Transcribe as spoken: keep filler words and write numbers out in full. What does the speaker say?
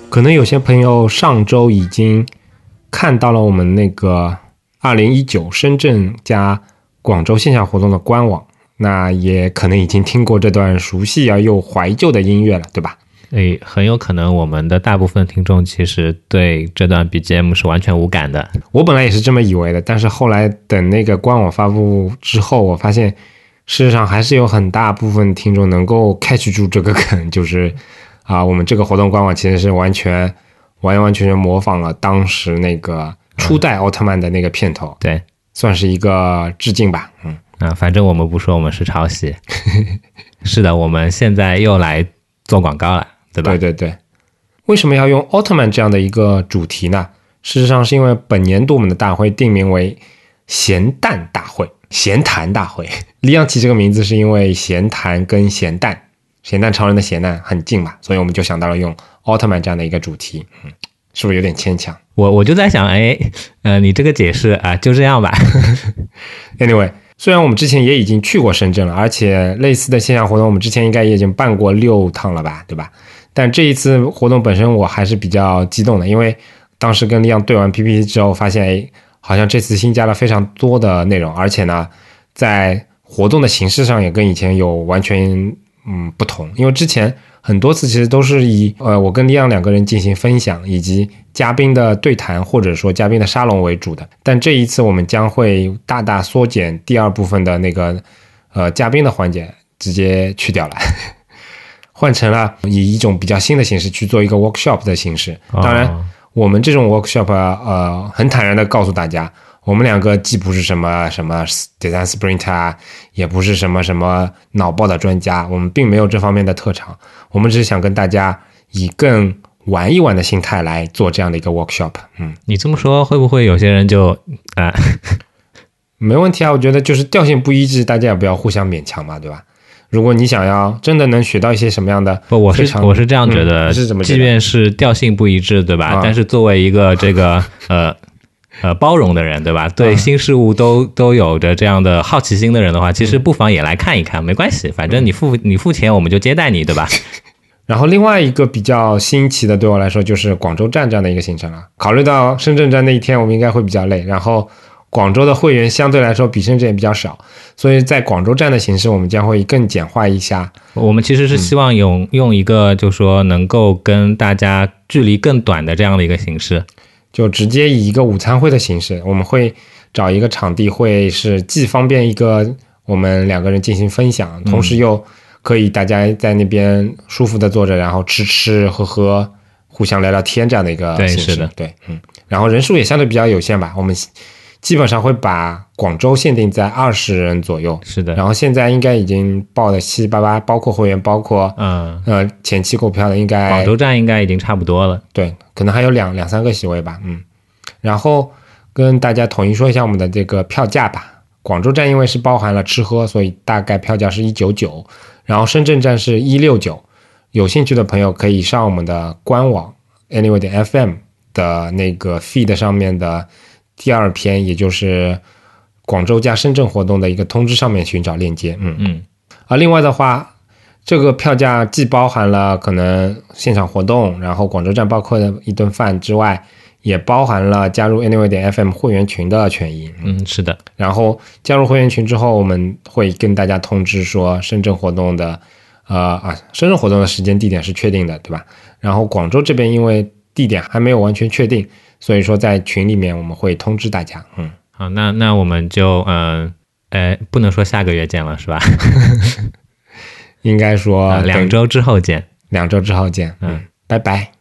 可能有些朋友上周已经看到了我们那个二零一九深圳加广州线下活动的官网，那也可能已经听过这段熟悉而又怀旧的音乐了，对吧？ 诶，很有可能我们的大部分听众其实对这段 B G M 是完全无感的。 我本来也是这么以为的，但是后来等那个官网发布之后，我发现事实上还是有很大部分听众能够 catch 住这个梗，就是啊，我们这个活动官网其实是完全完完全全模仿了当时那个初代奥特曼的那个片头， 嗯、对， 算是一个致敬吧。嗯啊，反正我们不说我们是抄袭。是的，我们现在又来做广告了，对吧？ 对对对。为什么要用奥特曼这样的一个主题呢？事实上是因为本年度我们的大会定名为咸蛋大会，咸谈大会。李阳起这个名字是因为咸谈跟咸蛋，咸蛋超人的咸蛋很近嘛，所以我们就想到了用奥特曼这样的一个主题。嗯，是不是有点牵强？ 我我就在想，哎，呃，你这个解释啊，就这样吧。 Anyway， 虽然我们之前也已经去过深圳了，而且类似的线下活动我们之前应该也已经办过六趟了吧，对吧？但这一次活动本身我还是比较激动的，因为当时跟李阳对完 P P T 之后发现，哎，好像这次新加了非常多的内容，而且呢，在活动的形式上也跟以前有完全嗯不同，因为之前很多次其实都是以呃我跟李阳两个人进行分享，以及嘉宾的对谈或者说嘉宾的沙龙为主的，但这一次我们将会大大缩减第二部分的那个呃嘉宾的环节，直接去掉了。换成了以一种比较新的形式去做一个 workshop 的形式。当然，哦、我们这种 workshop 呃，很坦然的告诉大家，我们两个既不是什么什么 design sprint 啊，也不是什么什么脑爆的专家，我们并没有这方面的特长，我们只是想跟大家以更玩一玩的心态来做这样的一个 workshop。嗯， 你这么说会不会有些人就啊？ 没问题啊，我觉得就是调性不一致，大家也不要互相勉强嘛，对吧？如果你想要真的能学到一些什么样的， 不，我是我是这样觉得， 嗯、是怎么觉得？ 即便是调性不一致，对吧？啊、但是作为一个这个呃呃包容的人，对吧？对新事物都都有着这样的好奇心的人的话，其实不妨也来看一看，没关系，反正你付你付钱，我们就接待你，对吧？ 然后另外一个比较新奇的，对我来说就是广州站这样的一个行程了。考虑到深圳站那一天我们应该会比较累，然后广州的会员相对来说比深圳也比较少，所以在广州站的形式我们将会更简化一下。 我们其实是希望用、嗯、用一个就是说能够跟大家距离更短的这样的一个形式， 就直接以一个午餐会的形式，我们会找一个场地，会是既方便一个我们两个人进行分享，同时又可以大家在那边舒服的坐着，然后吃吃喝喝，互相聊聊天这样的一个形式。 对，是的， 对，嗯，然后人数也相对比较有限吧，我们基本上会把广州限定在二十人左右， 是的。 然后现在应该已经报的七七八八，包括会员，包括嗯呃前期购票的，应该广州站应该已经差不多了。 对，可能还有两两三个席位吧，嗯。然后跟大家统一说一下我们的这个票价吧。广州站因为是包含了吃喝，所以大概票价是一百九十九，然后深圳站是一百六十九。有兴趣的朋友可以上我们的官网 anyway 点 F M 的那个 feed 上面的第二篇，也就是广州加深圳活动的一个通知上面寻找链接。嗯嗯。而另外的话，这个票价既包含了可能现场活动，然后广州站包括的一顿饭之外，也包含了加入 anyway 点 F M 会员群的权益。 嗯，是的。 然后加入会员群之后，我们会跟大家通知说深圳活动的呃啊，深圳活动的时间地点是确定的，对吧？然后广州这边因为地点还没有完全确定，所以说在群里面我们会通知大家。嗯， 好，那那我们就嗯呃不能说下个月见了是吧？ 应该说、 呃、两周之后见， 两周之后见。嗯，拜拜。